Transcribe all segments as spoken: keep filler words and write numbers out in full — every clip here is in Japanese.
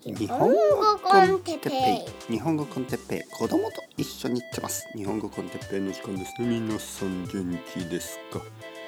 日本語コンテッペイ日本語コンテッペイ子供と一緒に行ってます。日本語コンテッペイの時間ですね。皆さん元気ですか？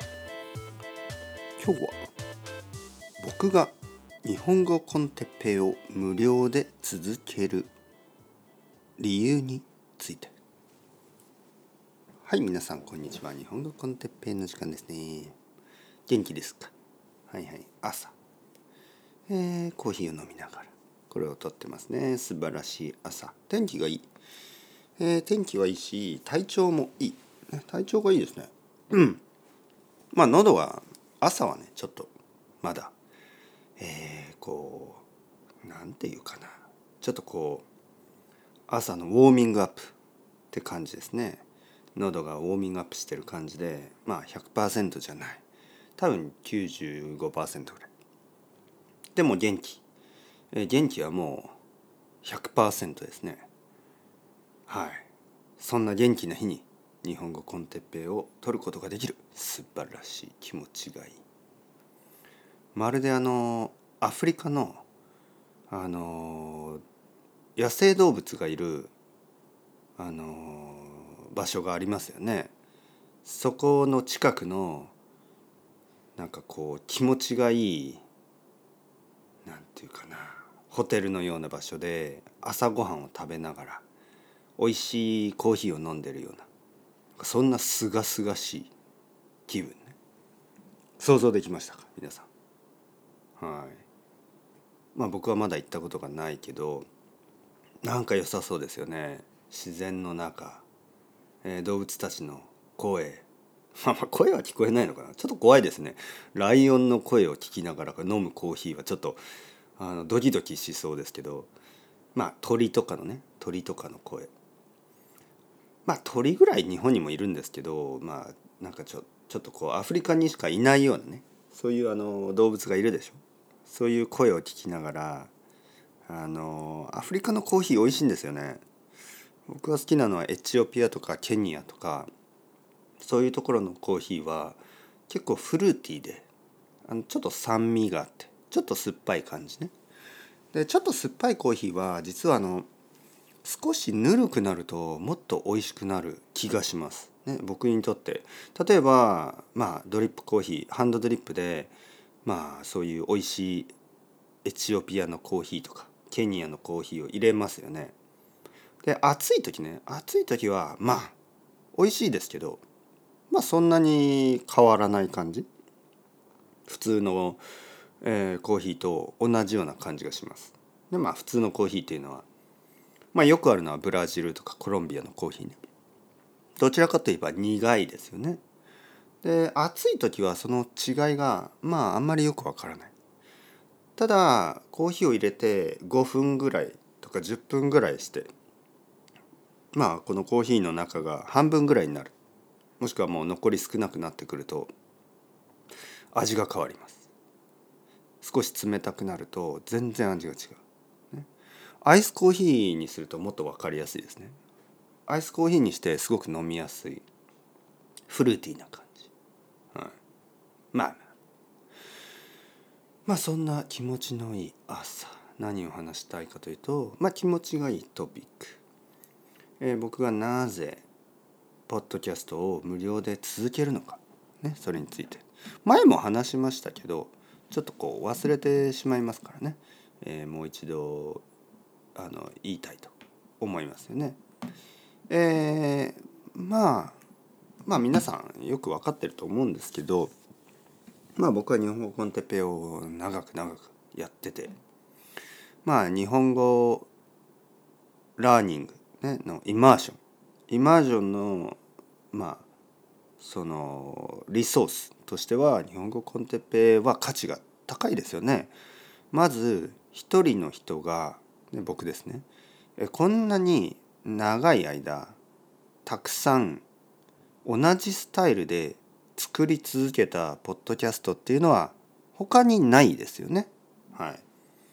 今日は僕が日本語コンテッペイを無料で続ける理由について。はい、皆さんこんにちは。日本語コンテッペイの時間ですね。元気ですか？はいはい。朝、えー、コーヒーを飲みながらこれを撮ってますね。素晴らしい朝。天気がいい、えー、天気はいいし体調もいい、ね、体調がいいですね。うんまあ喉は朝はねちょっとまだえー、こうなんていうかな、ちょっとこう朝のウォーミングアップって感じですね。喉がウォーミングアップしてる感じで、まあ ひゃくパーセント じゃない、多分 きゅうじゅうごパーセント ぐらいでも元気、えー、元気はもう ひゃくパーセント ですね。はい、そんな元気な日に日本語コンテッペイを取ることができる素晴らしい気持ちがいい。まるであのアフリカのあの野生動物がいるあの場所がありますよね。そこの近くのなんかこう気持ちがいい、なんていうかな、ホテルのような場所で朝ごはんを食べながら美味しいコーヒーを飲んでるような、そんなすがすがしい気分ね。想像できましたか皆さん？はい。まあ僕はまだ行ったことがないけどなんか良さそうですよね。自然の中、えー、動物たちの声まあまあ声は聞こえないのかな、ちょっと怖いですね。ライオンの声を聞きながら飲むコーヒーはちょっとあのドキドキしそうですけど、まあ鳥とかのね鳥とかの声、まあ鳥ぐらい日本にもいるんですけど、まあなんかちょちょっとこうアフリカにしかいないようなね、そういうあの動物がいるでしょ。そういう声を聞きながら、あのアフリカのコーヒー美味しいんですよね。僕が好きなのはエチオピアとかケニアとか、そういうところのコーヒーは結構フルーティーで、あのちょっと酸味があってちょっと酸っぱい感じね。でちょっと酸っぱいコーヒーは実はあの少しぬるくなるともっと美味しくなる気がします、ね、僕にとって。例えばまあドリップコーヒー、ハンドドリップでまあそういう美味しいエチオピアのコーヒーとかケニアのコーヒーを入れますよね。で暑い時ね、暑い時はまあ美味しいですけど、まあそんなに変わらない感じ、普通の、えーコーヒーと同じような感じがします。でまあ普通のコーヒーっていうのはまあよくあるのはブラジルとかコロンビアのコーヒーね。どちらかといえば苦いですよね。で暑い時はその違いがまああんまりよくわからない。ただコーヒーを入れてごふんぐらいとかじゅっぷんぐらいして、まあこのコーヒーの中が半分ぐらいになる、もしくはもう残り少なくなってくると味が変わります。少し冷たくなると全然味が違う、ね、アイスコーヒーにするともっと分かりやすいですね。アイスコーヒーにしてすごく飲みやすいフルーティーな感じ、はい、まあまあそんな気持ちのいい朝、何を話したいかというと、まあ気持ちがいいトピック、えー、僕がなぜポッドキャストを無料で続けるのか、ね、それについて前も話しましたけどちょっとこう忘れてしまいますからね、えー、もう一度あの言いたいと思いますよね。えー、まあまあ皆さんよく分かってると思うんですけど、まあ僕は日本語コンテッペイを長く長くやってて、まあ日本語ラーニング、ね、のイマーションイマージョンのまあそのリソースとしては日本語コンテッペイは価値が高いですよね。まず一人の人が、ね、僕ですね、えこんなに長い間たくさん同じスタイルで作り続けたポッドキャストっていうのは他にないですよね。はい。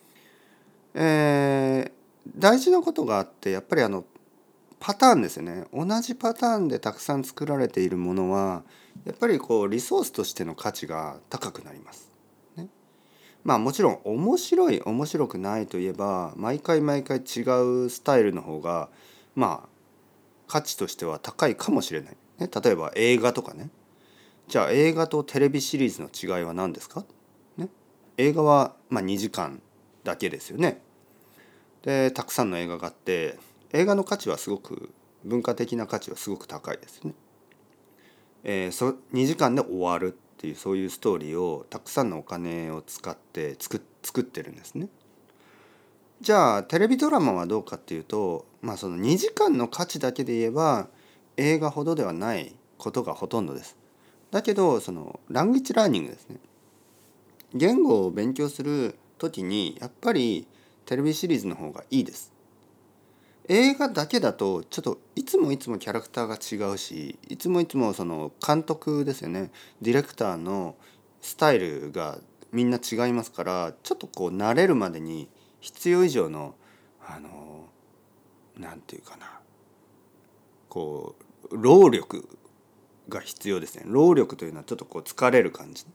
えー、大事なことがあって、やっぱりあのパターンですよね。同じパターンでたくさん作られているものはやっぱりこうリソースとしての価値が高くなります。ね、 まあもちろん面白い面白くないといえば毎回毎回違うスタイルの方がまあ価値としては高いかもしれない、ね、例えば映画とかね。じゃあ映画とテレビシリーズの違いは何ですか、ね、映画はまあにじかんだけですよね。でたくさんの映画があって映画の価値はすごく文化的な価値はすごく高いですよね。えー、そにじかんで終わるっていうそういうストーリーをたくさんのお金を使って作作ってるんですね。じゃあテレビドラマはどうかっていうと、まあそのにじかんの価値だけで言えば映画ほどではないことがほとんどです。だけどそのラングイッジラーニングですね。言語を勉強する時にやっぱりテレビシリーズの方がいいです。映画だけだとちょっといつもいつもキャラクターが違うし、いつもいつもその監督ですよね、ディレクターのスタイルがみんな違いますから、ちょっとこう慣れるまでに必要以上のあのなんていうかな、こう労力が必要ですね。労力というのはちょっとこう疲れる感じ。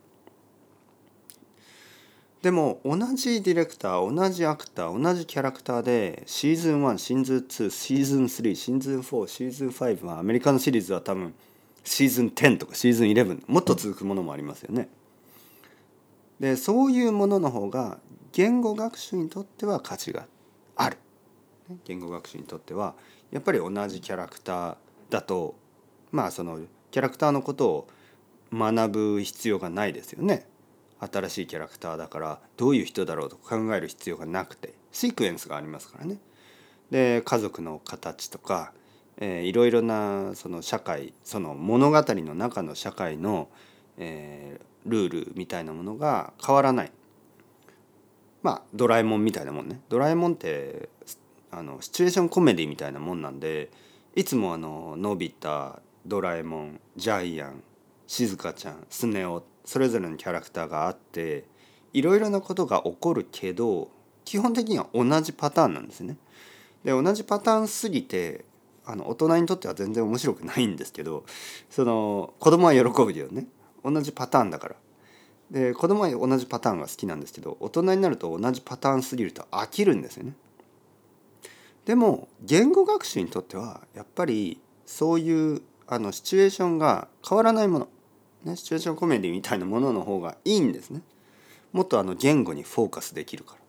でも同じディレクター同じアクター同じキャラクターでシーズンワンシーズンツーシーズンスリーシーズンフォーシーズンファイブはアメリカのシリーズは多分シーズンテンとかシーズンイレブンもっと続くものもありますよね。でそういうものの方が言語学習にとっては価値がある。言語学習にとってはやっぱり同じキャラクターだとまあそのキャラクターのことを学ぶ必要がないですよね。新しいキャラクターだからどういう人だろうと考える必要がなくてシークエンスがありますからね。で家族の形とか、えー、いろいろなその社会その物語の中の社会の、えー、ルールみたいなものが変わらない。まあドラえもんみたいなもんね。ドラえもんってあのシチュエーションコメディみたいなもんなんでいつもあののび太ドラえもんジャイアンしずかちゃんスネ夫それぞれのキャラクターがあっていろいろなことが起こるけど基本的には同じパターンなんですね。で同じパターンすぎてあの大人にとっては全然面白くないんですけどその子供は喜ぶよね。同じパターンだから。で子供は同じパターンが好きなんですけど大人になると同じパターンすぎると飽きるんですよね。でも言語学習にとってはやっぱりそういうあのシチュエーションが変わらないもの、ね、シチュエーションコメディみたいなものの方がいいんですね。もっとあの言語にフォーカスできるから。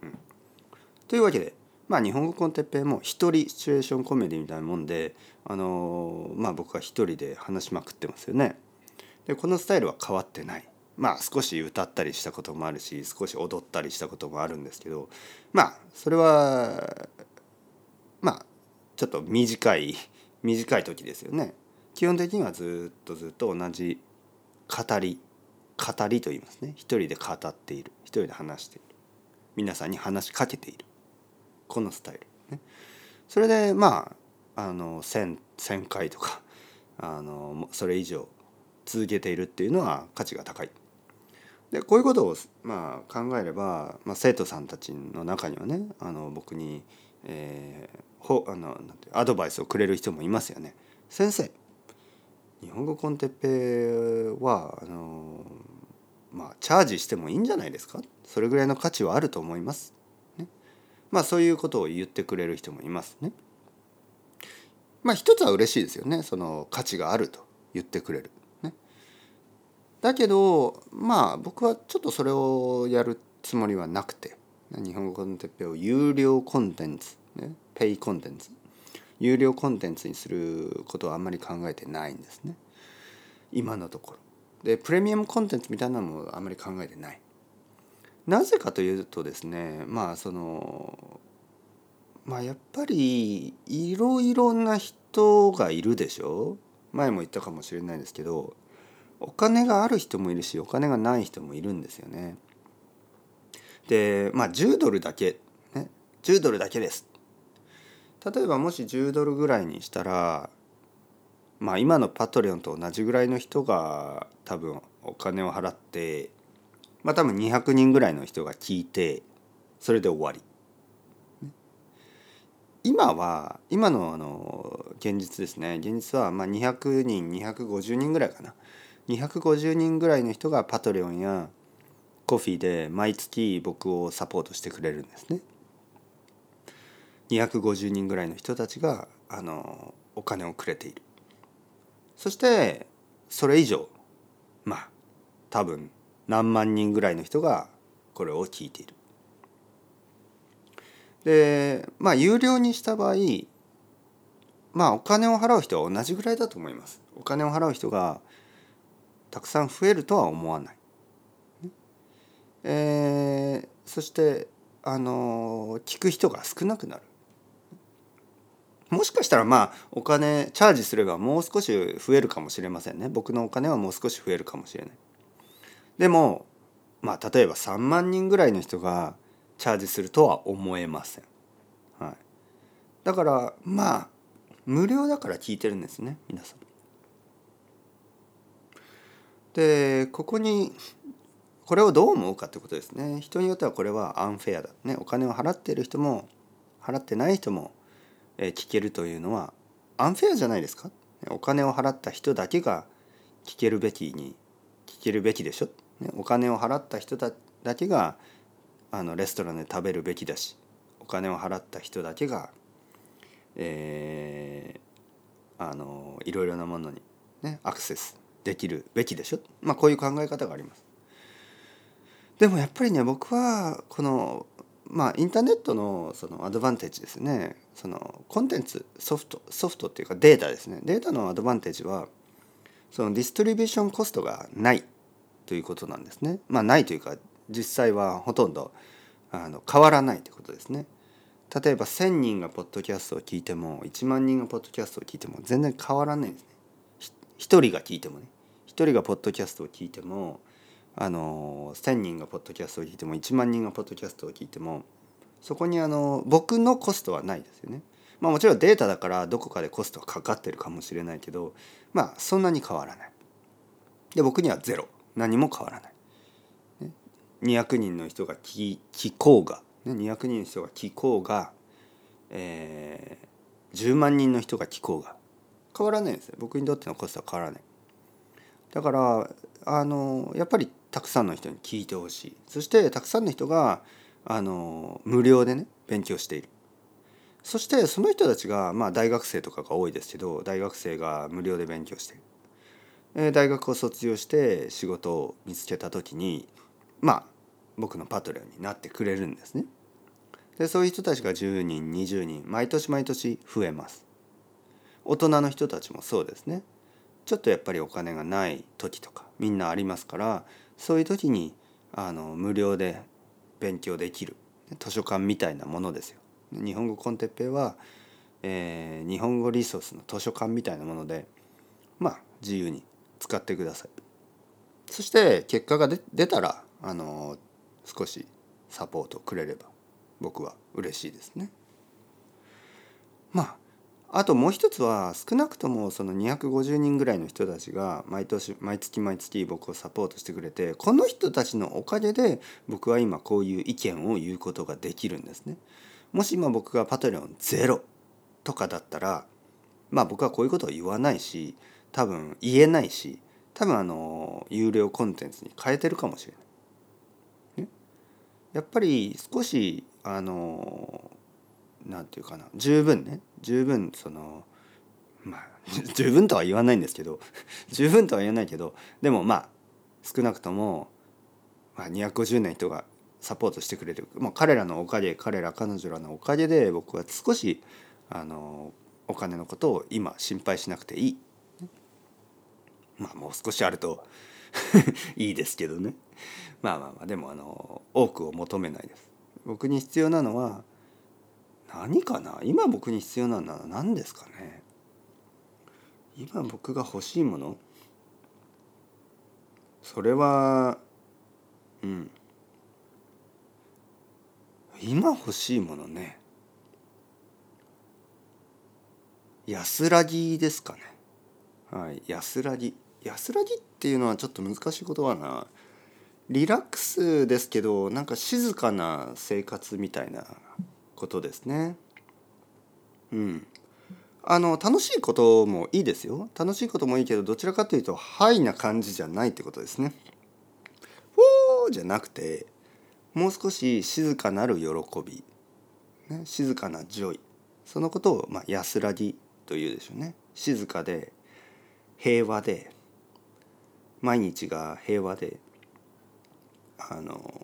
うん、というわけで、まあ、日本語コンテッペイも一人シチュエーションコメディみたいなもんで、あのーまあ、僕は一人で話しまくってますよね。でこのスタイルは変わってない。まあ少し歌ったりしたこともあるし少し踊ったりしたこともあるんですけどまあそれはまあちょっと短い短い時ですよね。基本的にはずっとずっと同じ語り語りと言いますね。一人で語っている一人で話している皆さんに話しかけているこのスタイル、ね、それでまああの 1000, 1000回とかあのそれ以上続けているっていうのは価値が高い。でこういうことを、まあ、考えれば、まあ、生徒さんたちの中にはねあの僕に、えー、ほあのなんてアドバイスをくれる人もいますよね。先生日本語コンテッペはあのまあチャージしてもいいんじゃないですか。それぐらいの価値はあると思います、ね、まあそういうことを言ってくれる人もいますね。まあ一つは嬉しいですよね。その価値があると言ってくれる、ね、だけどまあ僕はちょっとそれをやるつもりはなくて日本語コンテッペを有料コンテンツ、ね、ペイコンテンツ有料コンテンツにすることはあんまり考えてないんですね今のところ。でプレミアムコンテンツみたいなのもあんまり考えてない。なぜかというとですねまあそのまあやっぱりいろいろな人がいるでしょ。前も言ったかもしれないですけどお金がある人もいるしお金がない人もいるんですよね。でまあじゅうドルだけ、ね、じゅうドルだけです。例えばもしじゅうドルぐらいにしたらまあ今のパトレオンと同じぐらいの人が多分お金を払ってまあ多分にひゃくにんぐらいの人が聞いてそれで終わり。今は今のあの現実ですね。現実はまあにひゃくにんにひゃくごじゅうにんぐらいかな。にひゃくごじゅうにんぐらいの人がパトレオンやコフィーで毎月僕をサポートしてくれるんですね。にひゃくごじゅうにんぐらいの人たちがあのお金をくれている。そしてそれ以上、まあ多分何万人ぐらいの人がこれを聞いている。でまあ有料にした場合、まあお金を払う人は同じぐらいだと思います。お金を払う人がたくさん増えるとは思わない。えー、そしてあの聞く人が少なくなる。もしかしたらまあお金チャージすればもう少し増えるかもしれませんね。僕のお金はもう少し増えるかもしれない。でもまあ例えばさんまん人ぐらいの人がチャージするとは思えません。はい、だからまあ無料だから聞いてるんですね、皆さん。でここにこれをどう思うかってことですね。人によってはこれはアンフェアだ、ね、お金を払っている人も払ってない人も聞けるというのはアンフェアじゃないですか。お金を払った人だけが聞けるべきに聞けるべきでしょ。お金を払った人だけがあのレストランで食べるべきだし、お金を払った人だけが、えー、あのいろいろなものに、ね、アクセスできるべきでしょ。まあこういう考え方があります。でもやっぱりね、僕はこのまあインターネットのそのアドバンテージですね。そのコンテンツソフトソフトっていうかデータですね。データのアドバンテージはそのディストリビューションコストがないということなんですね。まあないというか実際はほとんどあの変わらないということですね。例えばせんにんがポッドキャストを聞いてもいちまん人がポッドキャストを聞いても全然変わらないんですね。ひとりが聞いてもね、ひとりがポッドキャストを聞いてもあのせんにんがポッドキャストを聞いてもいちまん人がポッドキャストを聞いてもそこにあの僕のコストはないですよね。まあもちろんデータだからどこかでコストはかかってるかもしれないけど、まあそんなに変わらない。で僕にはゼロ、何も変わらない。ね、にひゃくにんの人が聞聞こうが、ね、にひゃくにんの人が聞こうが、えー、じゅうまん人の人が聞こうが変わらないんですよ。僕にとってのコストは変わらない。だからあのやっぱりたくさんの人に聞いてほしい。そしてたくさんの人があの無料でね勉強している。そしてその人たちが、まあ、大学生とかが多いですけど、大学生が無料で勉強している。えー大学を卒業して仕事を見つけた時にまあ僕のパトレオンになってくれるんですね。でそういう人たちがじゅうにんにじゅうにん毎年毎年増えます。大人の人たちもそうですね。ちょっとやっぱりお金がない時とかみんなありますから、そういう時にあの無料で勉強できる図書館みたいなものですよ。日本語コンテッペイは、えー日本語リソースの図書館みたいなもので、まあ自由に使ってください。そして結果が出出たらあの少しサポートくれれば僕は嬉しいですね。まああともう一つは少なくともそのにひゃくごじゅうにんぐらいの人たちが毎年毎月毎月僕をサポートしてくれて、この人たちのおかげで僕は今こういう意見を言うことができるんですね。もし今僕がパトレオンゼロとかだったら、まあ僕はこういうことを言わないし、多分言えないし、多分あの有料コンテンツに変えてるかもしれない。ね、やっぱり少しあのなんていうかな、十分ね十分そのまあ十分とは言わないんですけど十分とは言わないけど、でもまあ少なくとも、まあ、にひゃくごじゅうねん人がサポートしてくれる、まあ、彼らのおかげ彼ら彼女らのおかげで僕は少しあのお金のことを今心配しなくていい。まあもう少しあるといいですけどね。まあまあまあでもあの多くを求めないです。僕に必要なのは何かな。今僕に必要なのは何ですかね。今僕が欲しいもの、それはうん今欲しいものね、安らぎですかね。はい、安らぎ安らぎっていうのはちょっと難しい言葉な。リラックスですけどなんか静かな生活みたいなことですね。うんあの楽しいこともいいですよ。楽しいこともいいけどどちらかというとハイな感じじゃないってことですね。おじゃなくて、もう少し静かなる喜び、ね、静かなジョイ、そのことを、まあ、安らぎというでしょうね。静かで平和で、毎日が平和で、あの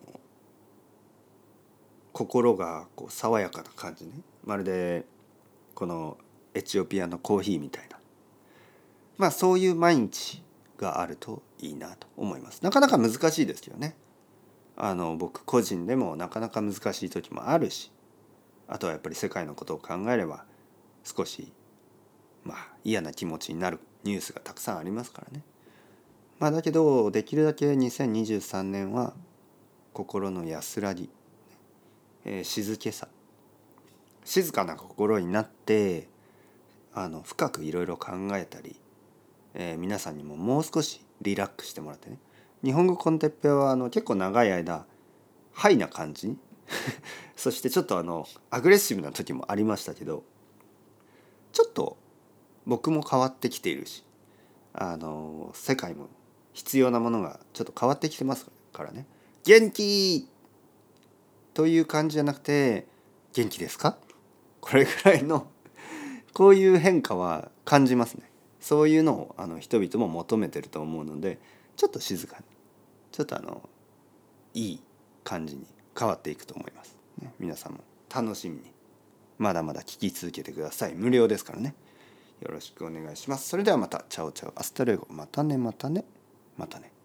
心がこう爽やかな感じね。まるでこのエチオピアのコーヒーみたいな、まあそういう毎日があるといいなと思います。なかなか難しいですけどね。あの僕個人でもなかなか難しい時もあるし、あとはやっぱり世界のことを考えれば少しまあ嫌な気持ちになるニュースがたくさんありますからね。まあだけどできるだけにせんにじゅうさんねんは心の安らぎ、えー、静けさ、静かな心になってあの深くいろいろ考えたり、えー、皆さんにももう少しリラックスしてもらってね。日本語コンテッペはあの結構長い間ハイな感じそしてちょっとあのアグレッシブな時もありましたけど、ちょっと僕も変わってきているし、あの世界も必要なものがちょっと変わってきてますからね。元気という感じじゃなくて、元気ですか、これぐらいのこういう変化は感じますね。そういうのをあの人々も求めてると思うので、ちょっと静かに、ちょっとあのいい感じに変わっていくと思います、ね、皆さんも楽しみにまだまだ聞き続けてください。無料ですからね。よろしくお願いします。それではまた。チャオチャオアスタレゴ。またねまたねまたね。